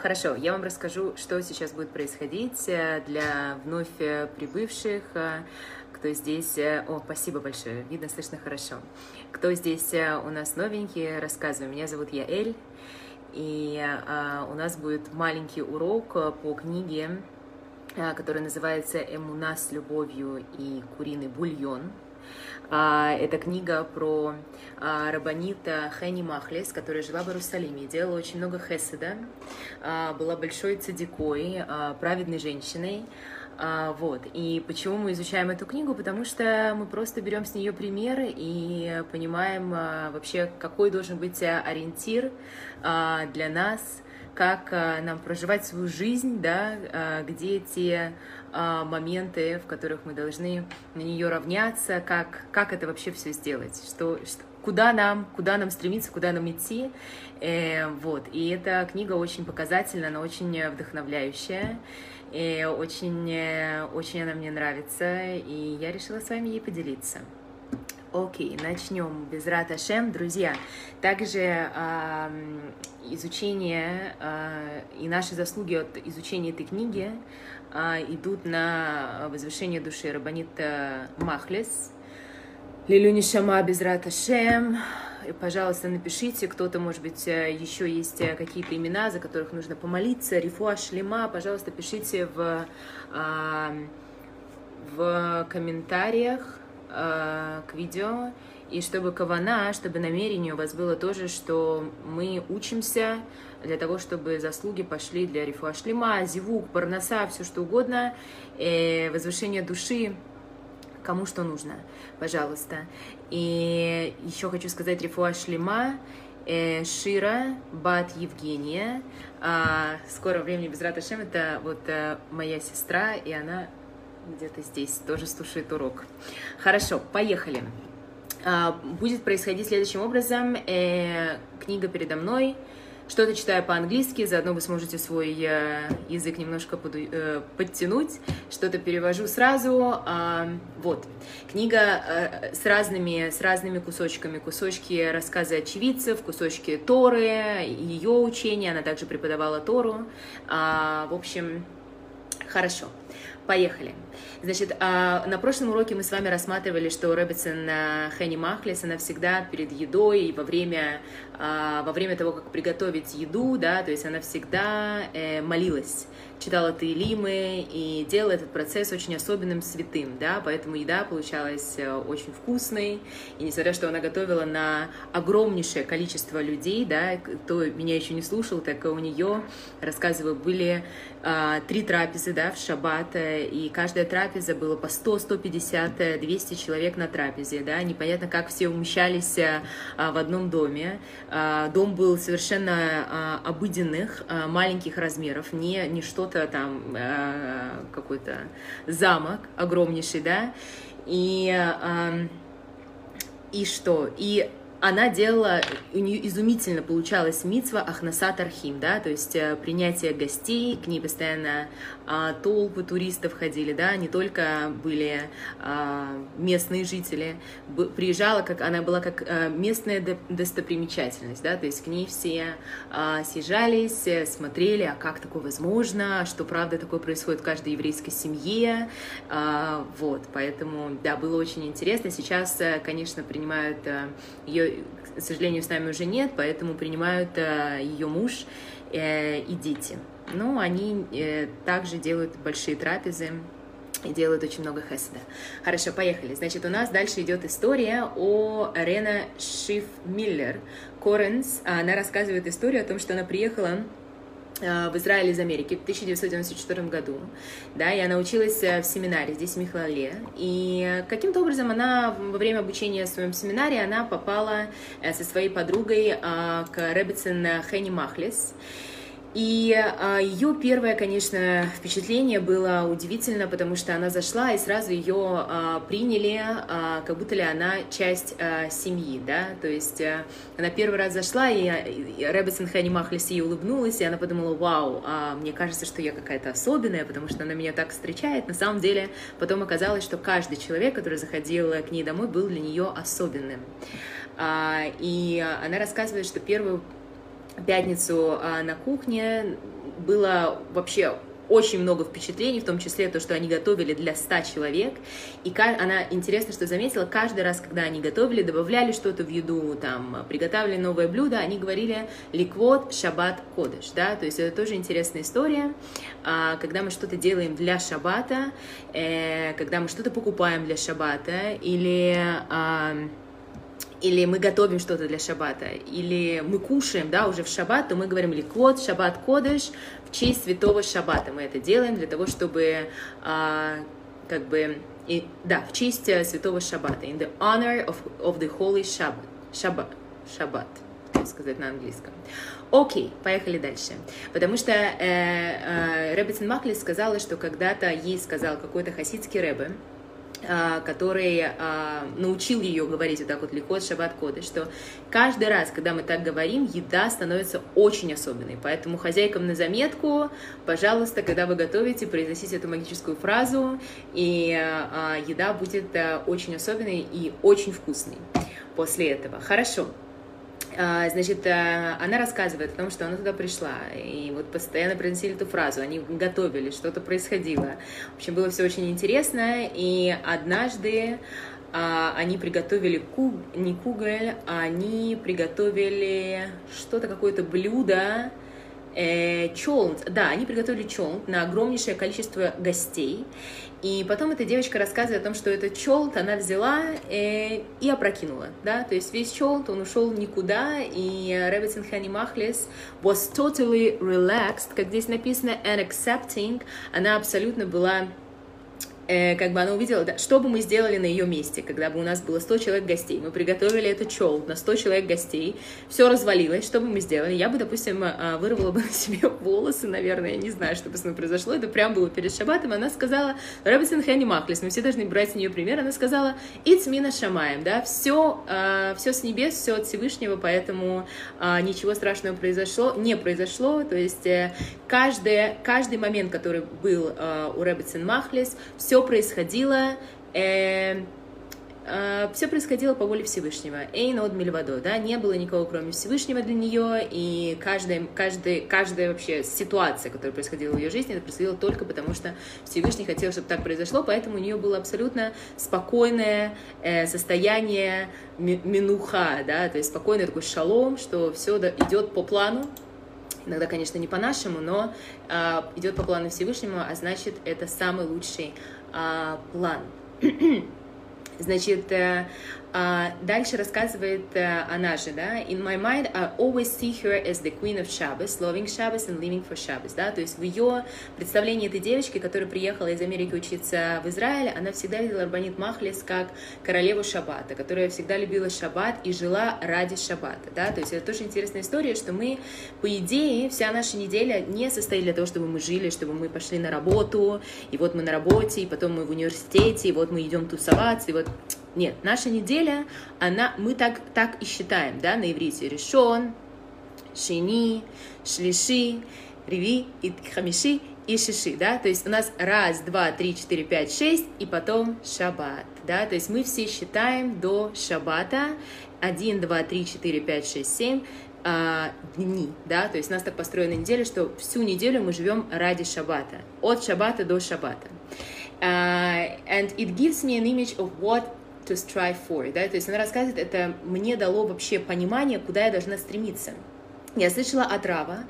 Хорошо, я вам расскажу, что сейчас будет происходить для вновь прибывших, кто здесь... О, спасибо большое, видно, слышно хорошо. Кто здесь у нас новенький, рассказываю. Меня зовут Яэль, и у нас будет маленький урок по книге, которая называется «Эмуна с любовью и куриный бульон». Это книга про раббанита Хени Махлес, которая жила в Иерусалиме, делала очень много хеседа, была большой цадикой, праведной женщиной. Вот. И почему мы изучаем эту книгу? Потому что мы просто берем с нее пример и понимаем вообще, какой должен быть ориентир для нас, как нам проживать свою жизнь, да, где те моменты, в которых мы должны на нее равняться, как это вообще все сделать, куда нам стремиться, куда нам идти. Вот. И эта книга очень показательна, она очень вдохновляющая, и очень она мне нравится, и я решила с вами ей поделиться. Окей, начнем. Безрат Ашем, друзья. Также изучение и наши заслуги от изучения этой книги идут на возвышение души раббанит Махлес. Лилю нишама Безрат Ашем. Пожалуйста, напишите, кто-то, может быть, еще есть какие-то имена, за которых нужно помолиться. Рифуа шлема, пожалуйста, пишите в комментариях к видео, и чтобы кавана, чтобы намерение у вас было тоже, что мы учимся для того, чтобы заслуги пошли для рифуа шлема, зивук, парноса, все что угодно, возвышение души, кому что нужно, пожалуйста. И еще хочу сказать рифуа шлема, Шира, бат Евгения. Скоро времени Безрат Ашем, это вот моя сестра, и она где-то здесь тоже слушает урок. Хорошо, поехали. Будет происходить следующим образом. Книга передо мной. Что-то читаю по-английски, заодно вы сможете свой язык немножко подтянуть. Что-то перевожу сразу. Вот. Книга с разными кусочками. Кусочки рассказы очевидцев, кусочки Торы, ее учения. Она также преподавала Тору. В общем, хорошо. Поехали. Значит, на прошлом уроке мы с вами рассматривали, что Реббецен Хени Махлес, она всегда перед едой и во время того, как приготовить еду, да, то есть она всегда молилась, читала Теилимы и делала этот процесс очень особенным, святым, да, поэтому еда получалась очень вкусной, и несмотря на то, что она готовила на огромнейшее количество людей, да, кто меня еще не слушал, так у нее, рассказываю, были 3 трапезы, да, в шаббат, и каждая трапеза было по 100, 150, 200 человек на трапезе, да, непонятно, как все умещались в одном доме. Дом был совершенно обыденных, маленьких размеров, не что-то там, какой-то замок огромнейший, да, и что? И она делала, у нее изумительно получалась мицва ахнасат архим, да, то есть принятие гостей, к ней постоянно толпы туристов ходили, да, не только были местные жители, приезжала, она была как местная достопримечательность, да, то есть к ней все съезжались, смотрели, а как такое возможно, что правда такое происходит в каждой еврейской семье, вот, поэтому, да, было очень интересно. Сейчас, конечно, принимают ее, к сожалению, с нами уже нет, поэтому принимают ее муж и дети. Но они также делают большие трапезы и делают очень много хеседа. Хорошо, поехали. Значит, у нас дальше идет история о Рена Шиф Миллер Коренс. Она рассказывает историю о том, что она приехала в Израиль из Америки в 1994 году, да, и она училась в семинаре здесь, в Михлале, и каким-то образом она во время обучения в своем семинаре, она попала со своей подругой к Реббецен Хени Махлес, и ее первое, конечно, впечатление было удивительно, потому что она зашла, и сразу ее приняли, как будто ли она часть семьи, да, то есть она первый раз зашла, и Реббецен Хени Махлес ей улыбнулась, и она подумала: вау, мне кажется, что я какая-то особенная, потому что она меня так встречает. На самом деле потом оказалось, что каждый человек, который заходил к ней домой, был для нее особенным. И она рассказывает, что первую пятницу на кухне было вообще очень много впечатлений, в том числе то, что они готовили для 100 человек. И она, интересно, что заметила, каждый раз, когда они готовили, добавляли что-то в еду, там, приготовили новое блюдо, они говорили «ликвот шаббат кодеш», да, то есть это тоже интересная история, когда мы что-то делаем для шаббата, когда мы что-то покупаем для шаббата, или мы готовим что-то для шаббата, или мы кушаем, да, уже в шаббат, то мы говорим «ликвот шаббат кодеш», в честь святого шаббата мы это делаем для того, чтобы, в честь святого шаббата, in the honor of the holy Shabbat, как сказать на английском. Окей, поехали дальше. Потому что Реббецин Махлис сказала, что когда-то ей сказал какой-то хасидский ребе, который научил ее говорить вот так вот ликвот шаббат кодеш, что каждый раз, когда мы так говорим, еда становится очень особенной. Поэтому хозяйкам на заметку, пожалуйста, когда вы готовите, произносите эту магическую фразу, и еда будет очень особенной и очень вкусной после этого. Хорошо. Значит, она рассказывает о том, что она туда пришла, и вот постоянно произносили эту фразу, они готовили, что-то происходило. В общем, было все очень интересно, и однажды они приготовили не куголь, они приготовили что-то, какое-то блюдо, чолнт, да, они приготовили чолнт на огромнейшее количество гостей, и потом эта девочка рассказывает о том, что этот чолнт она взяла и опрокинула, да, то есть весь чолнт, он ушел никуда, и Реббецин Хани Махлис was totally relaxed, как здесь написано, and accepting, она абсолютно была... как бы она увидела, да, что бы мы сделали на ее месте, когда бы у нас было 100 человек гостей, мы приготовили этот чолнт на 100 человек гостей, все развалилось, что бы мы сделали? Я бы, допустим, вырвала бы на себе волосы, наверное, я не знаю, что бы с ней произошло, это прям было перед шаббатом, она сказала, Реббецин Хани Махлис, мы все должны брать с нее пример, она сказала, it's мина шамаем, да, все с небес, все от Всевышнего, поэтому ничего страшного не произошло, то есть каждый момент, который был у Реббецин Махлис, все происходило по воле Всевышнего. Эйн од мильвадо, да, не было никого, кроме Всевышнего для нее, и каждая вообще ситуация, которая происходила в ее жизни, это происходило только потому, что Всевышний хотел, чтобы так произошло, поэтому у нее было абсолютно спокойное состояние минуха, да, то есть спокойный такой шалом, что все идет по плану. Иногда, конечно, не по-нашему, но идет по плану Всевышнему, а значит, это самый лучший план. Значит, дальше рассказывает она же, да, in my mind, I always see her as the queen of Shabbos, loving Shabbos and living for Shabbos, да, то есть в ее представлении этой девочки, которая приехала из Америки учиться в Израиль, она всегда видела Рабанит Махлис как королеву Шаббата, которая всегда любила Шаббат и жила ради Шаббата, да, то есть это тоже интересная история, что мы, по идее, вся наша неделя не состоит для того, чтобы мы жили, чтобы мы пошли на работу, и вот мы на работе, и потом мы в университете, и вот мы идем тусоваться, и вот... Нет, наша неделя, мы так и считаем, да, на иврите. Ришон, Шини, Шлиши, Реви, и Хамиши и Шиши, да, то есть у нас 1, 2, 3, 4, 5, 6, и потом Шаббат, да, то есть мы все считаем до Шаббата 1, 2, 3, 4, 5, 6, 7 дни, да, то есть у нас так построена неделя, что всю неделю мы живем ради Шаббата, от Шаббата до Шаббата. And it gives me an image of what to strive for, да, то есть она рассказывает, это мне дало вообще понимание, куда я должна стремиться. Я слышала от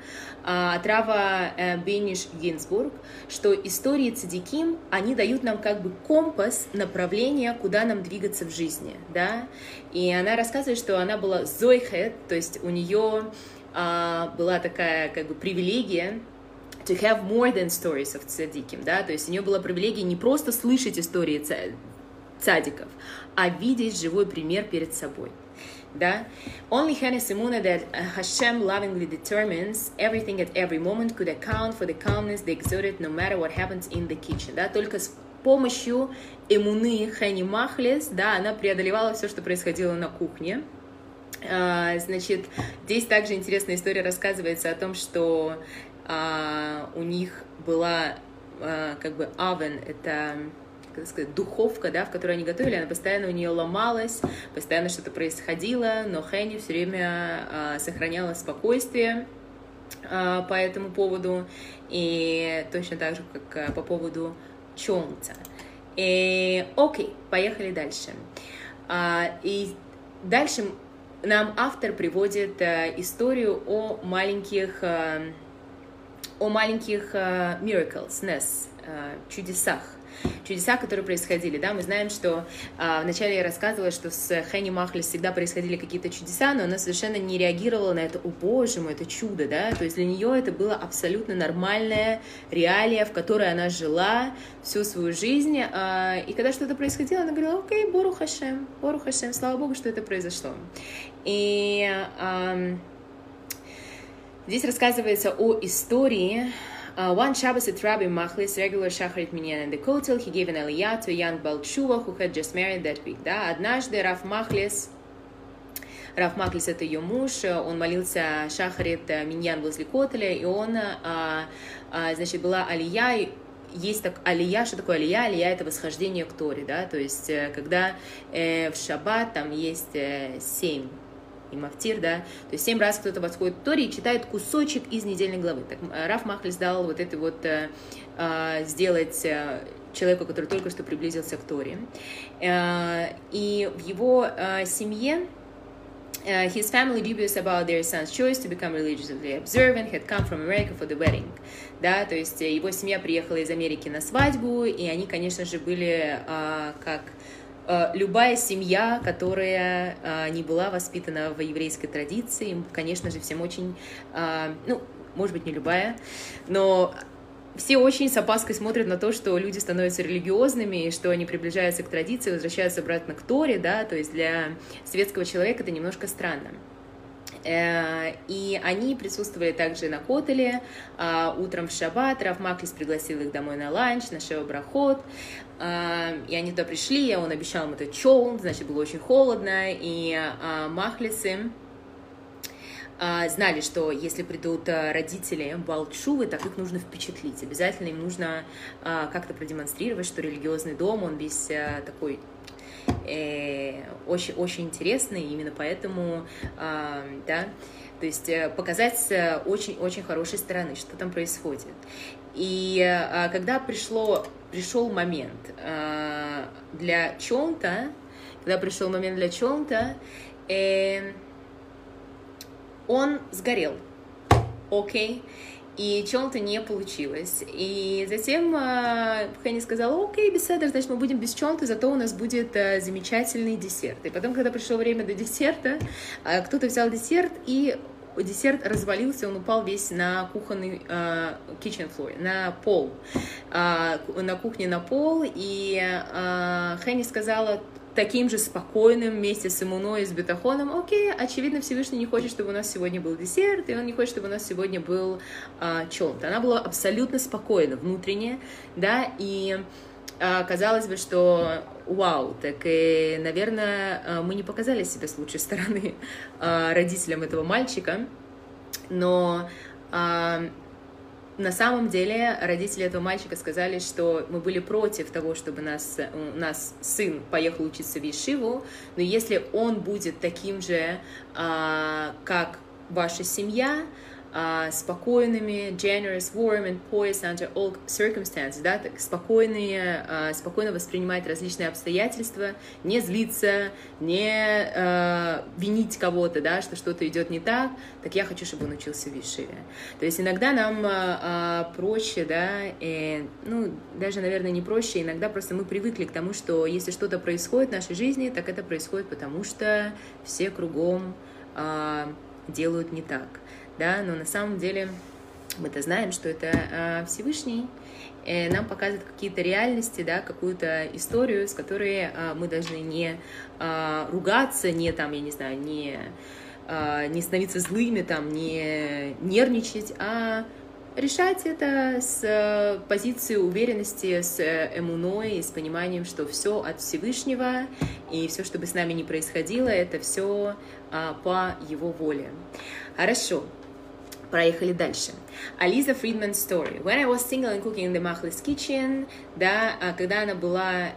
Рава Бениш Гинзбург, что истории цадиким, они дают нам как бы компас направления, куда нам двигаться в жизни, да, и она рассказывает, что она была зойхет, то есть у нее была такая как бы привилегия to have more than stories of tzadikim, да, то есть у нее была привилегия не просто слышать истории цадиков, а видеть живой пример перед собой, да. Only Hanes Emuna that Hashem lovingly determines everything at every moment could account for the calmness they exerted no matter what happens in the kitchen, да, только с помощью эмуны Хани Махлис, да, она преодолевала все, что происходило на кухне. Значит, здесь также интересная история рассказывается о том, что у них была как бы oven, это как сказать, духовка, да, в которой они готовили, она постоянно у нее ломалась, постоянно что-то происходило, но Хэнни все время сохраняла спокойствие по этому поводу, и точно так же, как по поводу Чонта. Окей, поехали дальше. И дальше нам автор приводит историю о маленьких miracles, чудесах. Чудеса, которые происходили, да, мы знаем, что вначале я рассказывала, что с Хэнни Махлис всегда происходили какие-то чудеса, но она совершенно не реагировала на это, о боже мой, это чудо, да, то есть для нее это было абсолютно нормальная реалия, в которой она жила всю свою жизнь, и когда что-то происходило, она говорила, окей, Борух Хашем, слава Богу, что это произошло. И здесь рассказывается о истории. One Shabbos at Rabbi Machlis, regular Shacharit Minyan in the Kotel, he gave an aliyah to a young Baal Tshuva who had just married that week. Да, однажды Рав Махлис это ее муж, он молился Шахарит Миньян возле Котеля, и он, значит, была алия. Есть так алия, что такое алия? Алия — это восхождение к Торе, да, то есть когда в шаббат там есть 7 и мафтир, да, то есть 7 раз кто-то подходит к Торе и читает кусочек из недельной главы. Так Рав Махлис дал вот это вот сделать человеку, который только что приблизился к Торе. И в его семье his family, dubious about their son's choice to become religiously observant, had come from America for the wedding. Да, то есть его семья приехала из Америки на свадьбу, и они, конечно же, были как любая семья, которая не была воспитана в еврейской традиции, им, конечно же, всем очень, ну, может быть, не любая, но все очень с опаской смотрят на то, что люди становятся религиозными, и что они приближаются к традиции, возвращаются обратно к Торе, да, то есть для светского человека это немножко странно. И они присутствовали также на Котеле утром в шаббат. Рав Махлис пригласил их домой на ланч, на шева брахот, и они туда пришли, он обещал им этот чолн, значит, было очень холодно, и Махлисы знали, что если придут родители Баал Тшувы, так их нужно впечатлить, обязательно им нужно как-то продемонстрировать, что религиозный дом, он весь такой очень интересный, именно поэтому, да, то есть показать с очень хорошей стороны, что там происходит. И когда пришел момент для чонта, он сгорел, окей. И чонта не получилось. И затем Хэнни сказала, окей, беседа, значит, мы будем без чонта, зато у нас будет замечательный десерт. И потом, когда пришло время до десерта, кто-то взял десерт, и десерт развалился, он упал весь на кухонный kitchen floor, на пол, на кухне на пол, и Хэнни сказала таким же спокойным вместе с Эмуной и с Бетахоном, окей, очевидно, Всевышний не хочет, чтобы у нас сегодня был десерт, и он не хочет, чтобы у нас сегодня был чонт. Она была абсолютно спокойна внутренне, да, и казалось бы, что вау, так и, наверное, мы не показали себя с лучшей стороны родителям этого мальчика, но на самом деле родители этого мальчика сказали, что мы были против того, чтобы у нас сын поехал учиться в Ешиву, но если он будет таким же, как ваша семья, спокойными, generous, warm and poised under all circumstances, да, так, спокойно воспринимать различные обстоятельства, не злиться, не винить кого-то, да, что что-то идет не так, так я хочу, чтобы он учился в Ешиве. То есть иногда нам проще, да, ну, даже, наверное, не проще, иногда просто мы привыкли к тому, что если что-то происходит в нашей жизни, так это происходит потому, что все кругом делают не так. Да, но на самом деле мы-то знаем, что это Всевышний нам показывает какие-то реальности, да, какую-то историю, с которой мы должны не ругаться, не там, я не знаю, не становиться злыми, там, не нервничать, а решать это с позиции уверенности, с эмуной и с пониманием, что все от Всевышнего, и все, что бы с нами ни происходило, это все по Его воле. Хорошо. Проехали дальше. Ализа Фридман story. When I was single and cooking in the Machlis kitchen, да, когда она была,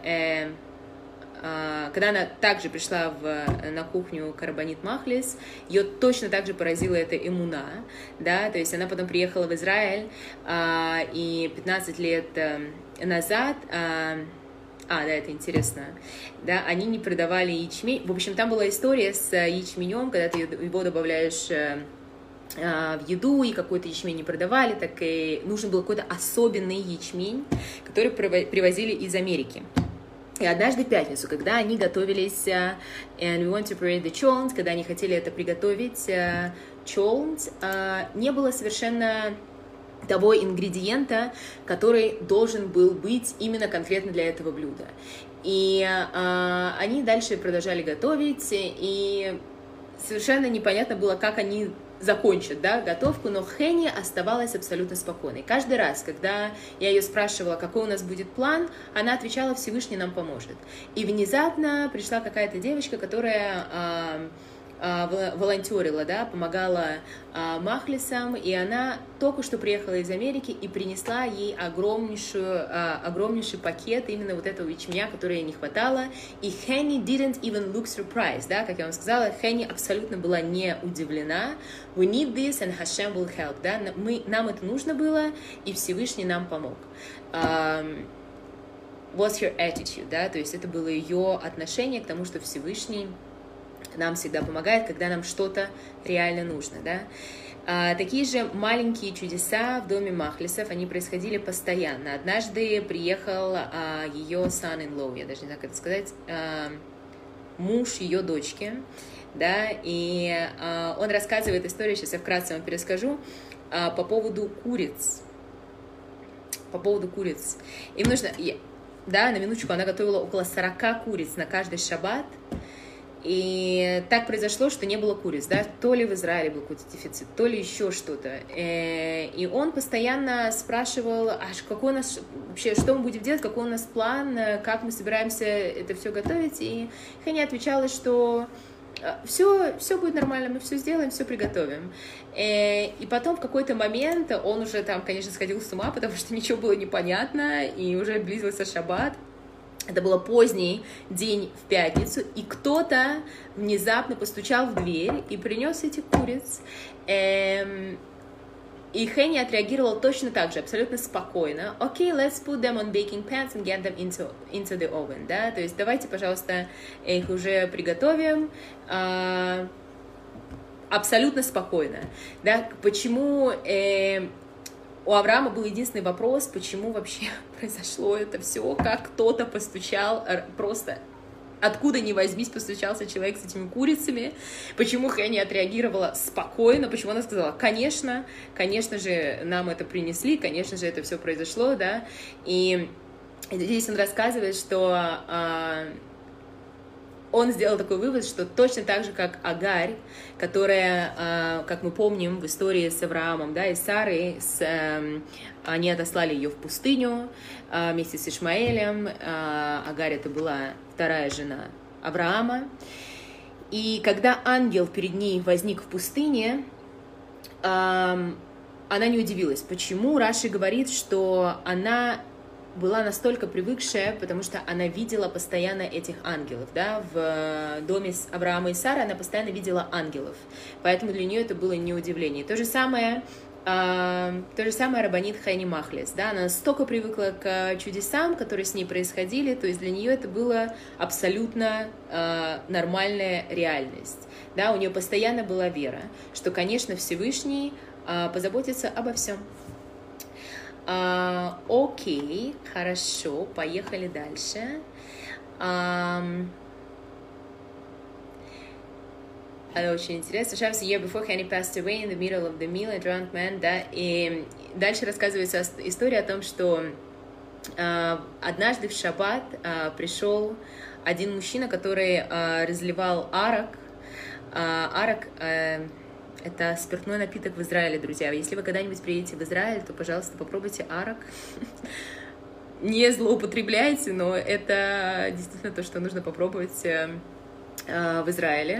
когда она также пришла на кухню Карабанит Махлис, ее точно так же поразила эта эмуна, да, то есть она потом приехала в Израиль, и 15 лет назад, да, это интересно, да, они не продавали ячмень, в общем, там была история с ячменем, когда ты его добавляешь в еду, и какой-то ячмень не продавали, так и нужен был какой-то особенный ячмень, который привозили из Америки. И однажды в пятницу, когда они готовились, and we want to prepare the cholent, когда они хотели это приготовить, cholent, не было совершенно того ингредиента, который должен был быть именно конкретно для этого блюда. И они дальше продолжали готовить, и совершенно непонятно было, как они закончат, да, готовку, но Хенни оставалась абсолютно спокойной. Каждый раз, когда я ее спрашивала, какой у нас будет план, она отвечала: Всевышний нам поможет. И внезапно пришла какая-то девочка, которая волонтерила, да, помогала Махлисам, и она только что приехала из Америки и принесла ей огромнейший пакет именно вот этого ячменя, который ей не хватало, и Хенни didn't even look surprised, да, как я вам сказала, Хенни абсолютно была не удивлена. We need this and Hashem will help, да, нам это нужно было, и Всевышний нам помог. What's her attitude, да, то есть это было ее отношение к тому, что Всевышний нам всегда помогает, когда нам что-то реально нужно, да. Такие же маленькие чудеса в доме Махлисов, они происходили постоянно. Однажды приехал ее son-in-law, я даже не знаю, как это сказать, муж ее дочки, да, и он рассказывает историю, сейчас я вкратце вам перескажу, по поводу куриц. Им нужно, да, на минуточку, она готовила около 40 куриц на каждый шаббат. И так произошло, что не было куриц, да, то ли в Израиле был какой-то дефицит, то ли еще что-то. И он постоянно спрашивал, какой у нас вообще, что мы будем делать, какой у нас план, как мы собираемся это все готовить. И Хенни отвечала, что все будет нормально, мы все сделаем, все приготовим. И потом в какой-то момент он уже там, конечно, сходил с ума, потому что ничего было непонятно, и уже близился шаббат. Это был поздний день в пятницу, и кто-то внезапно постучал в дверь и принес эти куриц. И Хенни отреагировала точно так же, абсолютно спокойно. Окей, let's put them on baking pans and get them into the oven. Да? То есть давайте, пожалуйста, их уже приготовим. Абсолютно спокойно. Да? Почему... У Авраама был единственный вопрос, почему вообще произошло это все, как кто-то постучал, просто откуда ни возьмись постучался человек с этими курицами, почему Хенни отреагировала спокойно, почему она сказала, конечно же, нам это принесли, конечно же, это все произошло, да, и здесь он рассказывает, что он сделал такой вывод, что точно так же, как Агарь, которая, как мы помним в истории с Авраамом, да, и Сарой, они отослали ее в пустыню вместе с Ишмаэлем. Агарь — это была вторая жена Авраама. И когда ангел перед ней возник в пустыне, она не удивилась. Почему? Раши говорит, что она была настолько привыкшая, потому что она видела постоянно этих ангелов, да, в доме Авраама и Сары она постоянно видела ангелов, поэтому для нее это было не удивление. То же самое Рабанит Хенни Махлис, да, она настолько привыкла к чудесам, которые с ней происходили, то есть для нее это была абсолютно нормальная реальность, да, у нее постоянно была вера, что, конечно, Всевышний позаботится обо всем. Окей, хорошо, поехали дальше. Это очень интересно. Shabbos, a year before Henny passed away in the middle of the meal, a drunk man, да, и дальше рассказывается история о том, что однажды в шаббат пришел один мужчина, который разливал арак. Арак это спиртной напиток в Израиле, друзья. Если вы когда-нибудь приедете в Израиль, то, пожалуйста, попробуйте арак. Не злоупотребляйте, но это действительно то, что нужно попробовать в Израиле.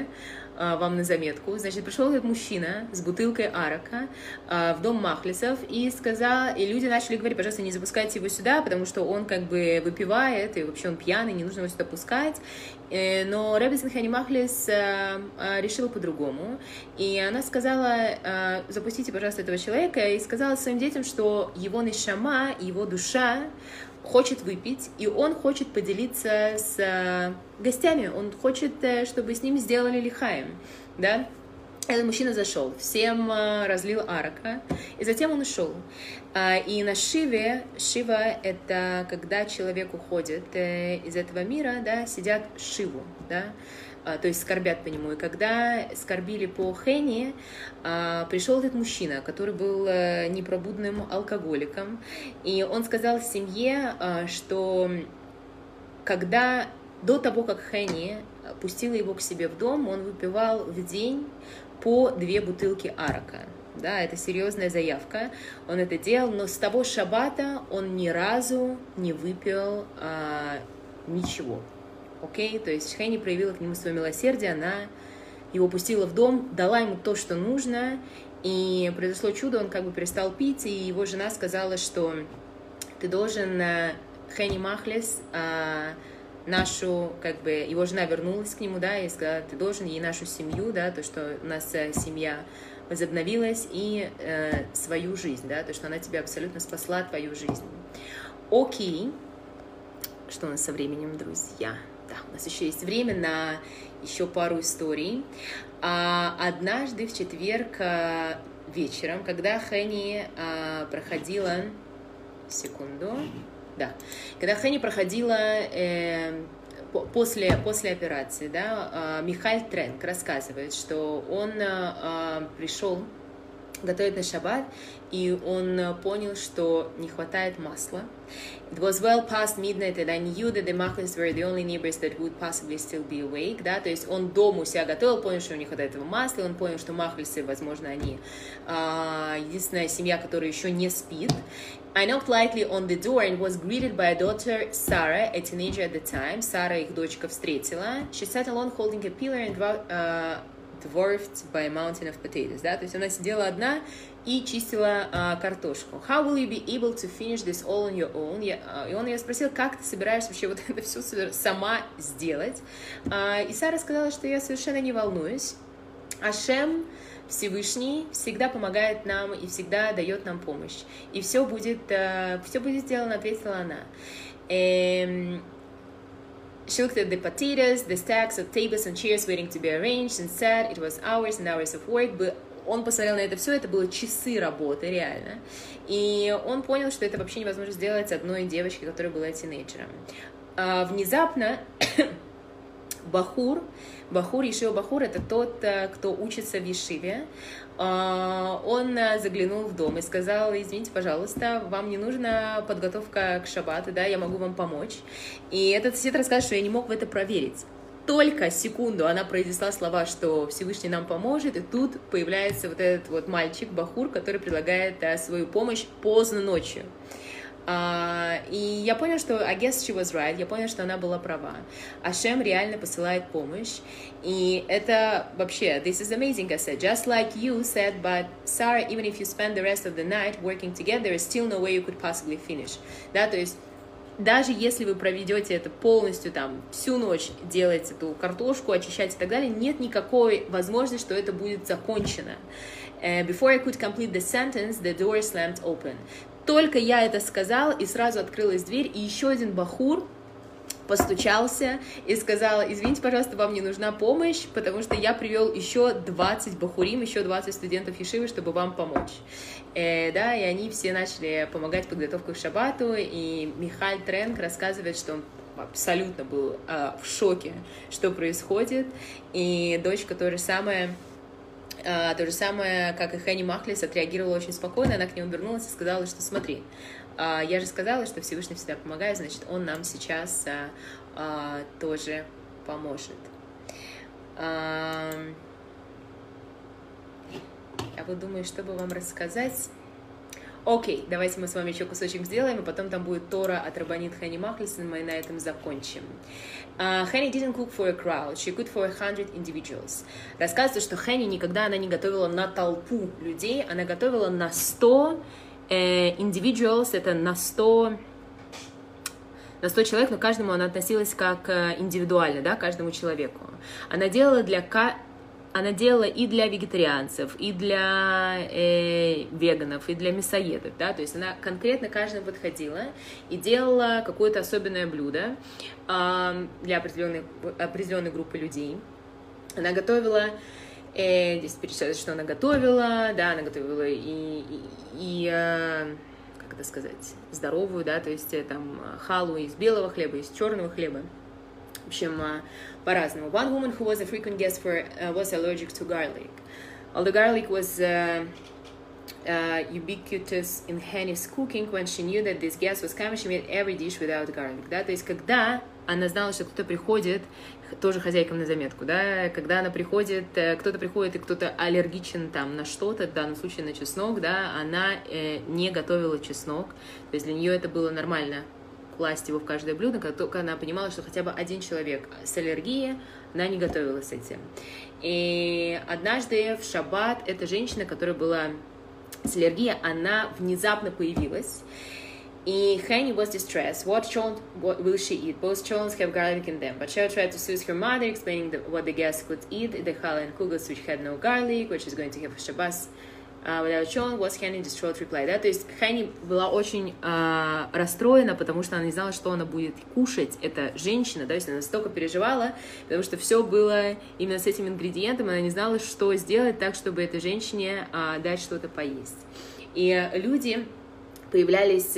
вам на заметку. Значит, пришел этот мужчина с бутылкой арака в дом Махлисов и сказал, и люди начали говорить: пожалуйста, не запускайте его сюда, потому что он как бы выпивает, и вообще он пьяный, не нужно его сюда пускать. Но Ребе Хени Махлис решила по-другому, и она сказала: запустите, пожалуйста, этого человека, и сказала своим детям, что его нешама, его душа хочет выпить, и он хочет поделиться с гостями, он хочет, чтобы с ним сделали лихаем, да. Этот мужчина зашел, всем разлил арака, и затем он ушел. И на Шиве, Шива — это когда человек уходит из этого мира, да, сидят Шиву, да, то есть скорбят по нему. И когда скорбили по Хени, пришел этот мужчина, который был непробудным алкоголиком, и он сказал семье, что когда до того, как Хени пустила его к себе в дом, он выпивал в день по 2 бутылки арака. Да, это серьезная заявка, он это делал, но с того шаббата он ни разу не выпил ничего. Окей? То есть Хени проявила к нему свое милосердие, она его пустила в дом, дала ему то, что нужно, и произошло чудо, он как бы перестал пить, и его жена сказала, что ты должен, Хени Махлис, нашу, как бы, его жена вернулась к нему, да, и сказала: ты должен ей нашу семью, да, то, что у нас семья возобновилась, и свою жизнь, да, то, что она тебя абсолютно спасла, твою жизнь. Окей. Что у нас со временем, друзья? Да, у нас еще есть время на еще пару историй. Однажды в четверг вечером, когда Хени проходила... Секунду. Да. Когда Хени проходила после операции, да, Михаил Тренк рассказывает, что он пришел готовить на шаббат, и он понял, что не хватает масла. It was well past midnight, and I knew that the Machlis were the only neighbors that would possibly still be awake, да, то есть он дома у себя готовил, понял, что у них хватает этого масла, он понял, что Махлисы, возможно, они единственная семья, которая еще не спит. I knocked lightly on the door and was greeted by a daughter, Sarah, a teenager at the time. Сара, их дочка, встретила. She sat alone holding a pillar and dwarfed by a mountain of potatoes, да, то есть она сидела одна и чистила картошку. How will you be able to finish this all on your own? И он ее спросил: как ты собираешься вообще вот это все сама сделать? И Сара сказала, что я совершенно не волнуюсь. Ашем, Всевышний, всегда помогает нам и всегда дает нам помощь. И все будет сделано, ответила она. She looked at the potatoes, the stacks of tables and chairs waiting to be arranged, and said it was hours and hours of work. Он посмотрел на это все, это было часы работы, реально. И он понял, что это вообще невозможно сделать одной девочкой, которая была тинейджером. Внезапно Бахур, Ешива Бахур, это тот, кто учится в Ешиве, он заглянул в дом и сказал: извините, пожалуйста, вам не нужна подготовка к шаббату, да, я могу вам помочь. И этот сосед рассказывает, что я не мог в это проверить. Только секунду она произнесла слова, что Всевышний нам поможет, и тут появляется вот этот вот мальчик, Бахур, который предлагает свою помощь поздно ночью. И я понял, что I guess she was right, я понял, что она была права. Ашем реально посылает помощь. И это вообще, this is amazing, I said. Just like you said, but Sarah, even if you spend the rest of the night working together, there is still no way you could possibly finish. Да, то есть даже если вы проведете это полностью, там, всю ночь делать эту картошку, очищать и так далее, нет никакой возможности, что это будет закончено. Before I could complete the sentence, the door slammed open. Только я это сказал, и сразу открылась дверь, и еще один бахур постучался и сказал: извините, пожалуйста, вам не нужна помощь, потому что я привел еще 20 бахурим, еще 20 студентов ешивы, чтобы вам помочь. Да, и они все начали помогать в подготовке к шаббату, и Михаил Тренк рассказывает, что он абсолютно был в шоке, что происходит, и дочка то же самое, как и Хени Махлис, отреагировала очень спокойно, она к нему вернулась и сказала, что смотри, я же сказала, что Всевышний всегда помогает, значит, он нам сейчас тоже поможет. Я вот думаю, что бы вам рассказать. Окей, давайте мы с вами еще кусочек сделаем, и потом там будет Тора от Рабанит Хани Махлис, и мы на этом закончим. Хани didn't cook for a crowd, she cooked for 100 individuals. Рассказывается, что Хани никогда она не готовила на толпу людей, она готовила на 100 individuals, это на 100 человек, но к каждому она относилась как индивидуально, да, каждому человеку. Она делала и для вегетарианцев, и для веганов, и для мясоедов, да, то есть она конкретно каждому подходила и делала какое-то особенное блюдо для определенной группы людей. Она готовила, здесь перечисляется, что она готовила, да, она готовила как это сказать, здоровую, да, то есть там халу из белого хлеба, из черного хлеба. В общем, по-разному. One woman who was a frequent guest was allergic to garlic. Although garlic was ubiquitous in Hani's cooking, when she knew that this guest was coming, she made every dish without garlic. Да? То есть, когда она знала, что кто-то приходит, тоже хозяйкам на заметку, да, когда она приходит, кто-то приходит и кто-то аллергичен там на что-то, в данном случае на чеснок, да, она не готовила чеснок, то есть для нее это было нормально класть его в каждое блюдо, как только она понимала, что хотя бы один человек с аллергией, она не готовила с этим. И однажды в шаббат эта женщина, которая была с аллергией, она внезапно появилась. И Hani was distressed. What cholent will she eat? Both cholents have garlic in them. But she tried to soothe her mother, explaining what the guests could eat, the challah and kugas, which had no garlic, which is going to have Shabbos. Without cholent was Hani distraught reply. Да? То есть Hani была очень расстроена, потому что она не знала, что она будет кушать. Эта женщина, да? То есть она настолько переживала, потому что все было именно с этим ингредиентом, она не знала, что сделать так, чтобы этой женщине дать что-то поесть. И люди появлялись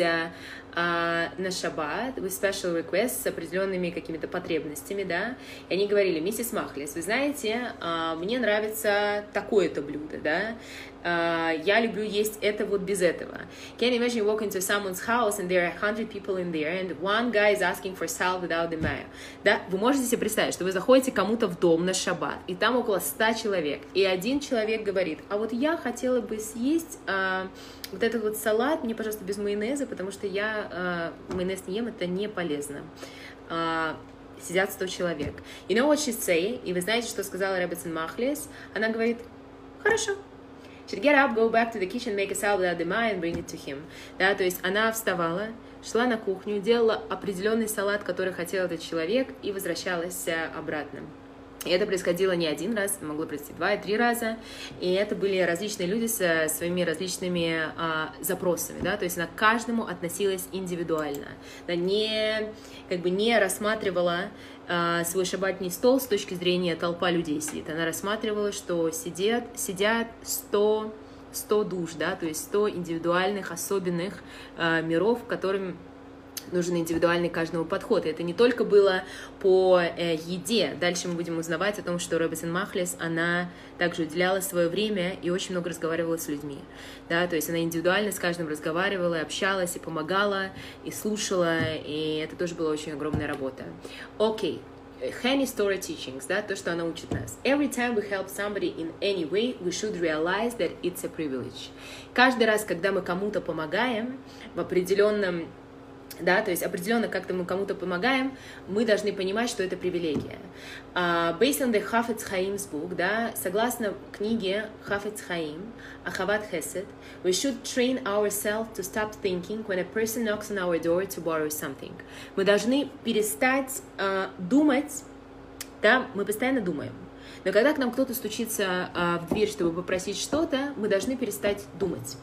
на шаббат with special requests с определенными какими-то потребностями, да, и они говорили: миссис Махлис, вы знаете, мне нравится такое-то блюдо, да, я люблю есть это вот без этого. Can you imagine walking to someone's house and there are 100 people in there and one guy is asking for salt without the mayo, да, вы можете себе представить, что вы заходите к кому-то в дом на шаббат, и там около 100 человек, и один человек говорит: а вот я хотела бы съесть вот этот вот салат, мне, пожалуйста, без майонеза, потому что я майонез не ем, это не полезно. Сидят 100 человек. You know what she say? И вы знаете, что сказала Ребецин Махлис? Она говорит: хорошо. She'd get up, go back to the kitchen, make a salad without the mayo and bring it to him. Да, то есть она вставала, шла на кухню, делала определенный салат, который хотел этот человек, и возвращалась обратно. И это происходило не один раз, это могло произойти 2 и 3 раза, и это были различные люди со своими различными запросами, да, то есть она к каждому относилась индивидуально, она не рассматривала свой шаббатный стол с точки зрения толпа людей сидит, она рассматривала, что сидят 100 душ, да, то есть 100 индивидуальных, особенных миров, которым нужен индивидуальный каждому подход. И это не только было по еде. Дальше мы будем узнавать о том, что Ребецин Махлис, она также уделяла свое время и очень много разговаривала с людьми. Да, то есть она индивидуально с каждым разговаривала, и общалась, и помогала, и слушала, и это тоже была очень огромная работа. Окей. Hani story teachings, да, то, что она учит нас. Every time we help somebody in any way, we should realize that it's a privilege. Каждый раз, когда мы кому-то помогаем в определенном, да, то есть определенно как-то мы кому-то помогаем, мы должны понимать, что это привилегия. Based on the Chafetz Chaim's book, да, согласно книге Chafetz Chaim, Achavat Chesed, we should train ourselves to stop thinking when a person knocks on our door to borrow something. Мы должны перестать думать, да, мы постоянно думаем. Но когда к нам кто-то стучится в дверь, чтобы попросить что-то, мы должны перестать думать.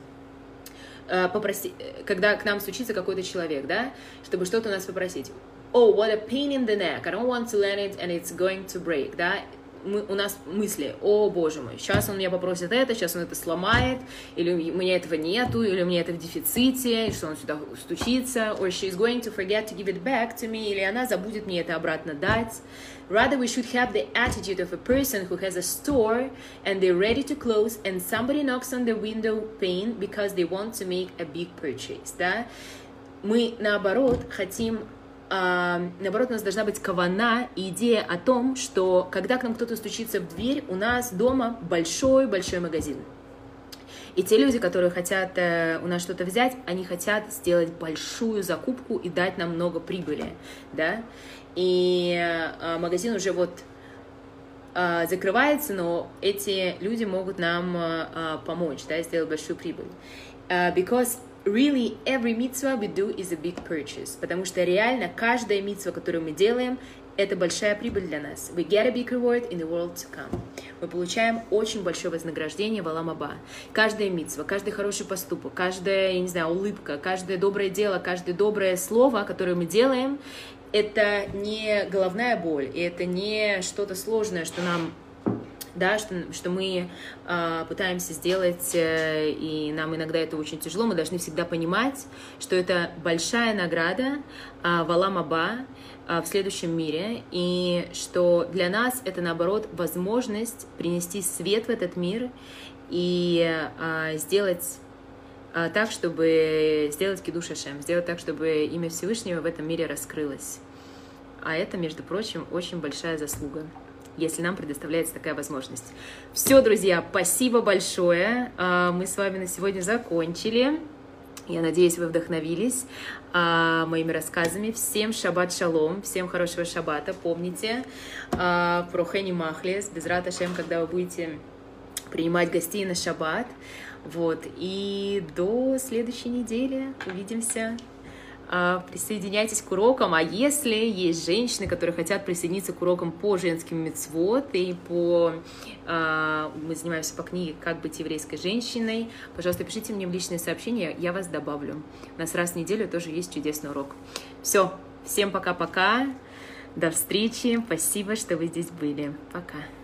Когда к нам стучится какой-то человек, да, чтобы что-то у нас попросить. Oh, what a pain in the neck. I don't want to learn it and it's going to break, да. У нас мысли: о, боже мой, сейчас он меня попросит это, сейчас он это сломает, или у меня этого нету, или у меня это в дефиците, и что он сюда стучится, or she's going to forget to give it back to me, или она забудет мне это обратно дать. Rather, we should have the attitude of a person who has a store and they're ready to close, and somebody knocks on the window pane because they want to make a big purchase, да. Мы, наоборот, хотим... наоборот, у нас должна быть кавана и идея о том, что когда к нам кто-то стучится в дверь, у нас дома большой-большой магазин. И те люди, которые хотят у нас что-то взять, они хотят сделать большую закупку и дать нам много прибыли, да. И магазин уже вот закрывается, но эти люди могут нам помочь, да, сделать большую прибыль. Because really every mitzvah we do is a big purchase. Потому что реально каждая мицва, которую мы делаем, это большая прибыль для нас. We get a big reward in the world to come. Мы получаем очень большое вознаграждение в Олам Аба. Каждая мицва, каждый хороший поступок, каждая, я не знаю, улыбка, каждое доброе дело, каждое доброе слово, которое мы делаем, это не головная боль, и это не что-то сложное, что нам, да, что мы пытаемся сделать, и нам иногда это очень тяжело. Мы должны всегда понимать, что это большая награда в Олам Аба, в следующем мире, и что для нас это, наоборот, возможность принести свет в этот мир и сделать так, чтобы сделать кидуш Ашем, сделать так, чтобы имя Всевышнего в этом мире раскрылось. А это, между прочим, очень большая заслуга, если нам предоставляется такая возможность. Все, друзья, спасибо большое. Мы с вами на сегодня закончили. Я надеюсь, вы вдохновились моими рассказами. Всем шаббат шалом, всем хорошего шаббата. Помните про Хени Махлес, Безрат Ашем, когда вы будете принимать гостей на шаббат. Вот. И до следующей недели увидимся. Присоединяйтесь к урокам, а если есть женщины, которые хотят присоединиться к урокам по женским мицвот и мы занимаемся по книге «Как быть еврейской женщиной», пожалуйста, пишите мне в личные сообщения, я вас добавлю. У нас раз в неделю тоже есть чудесный урок. Все, всем пока-пока, до встречи, спасибо, что вы здесь были, пока.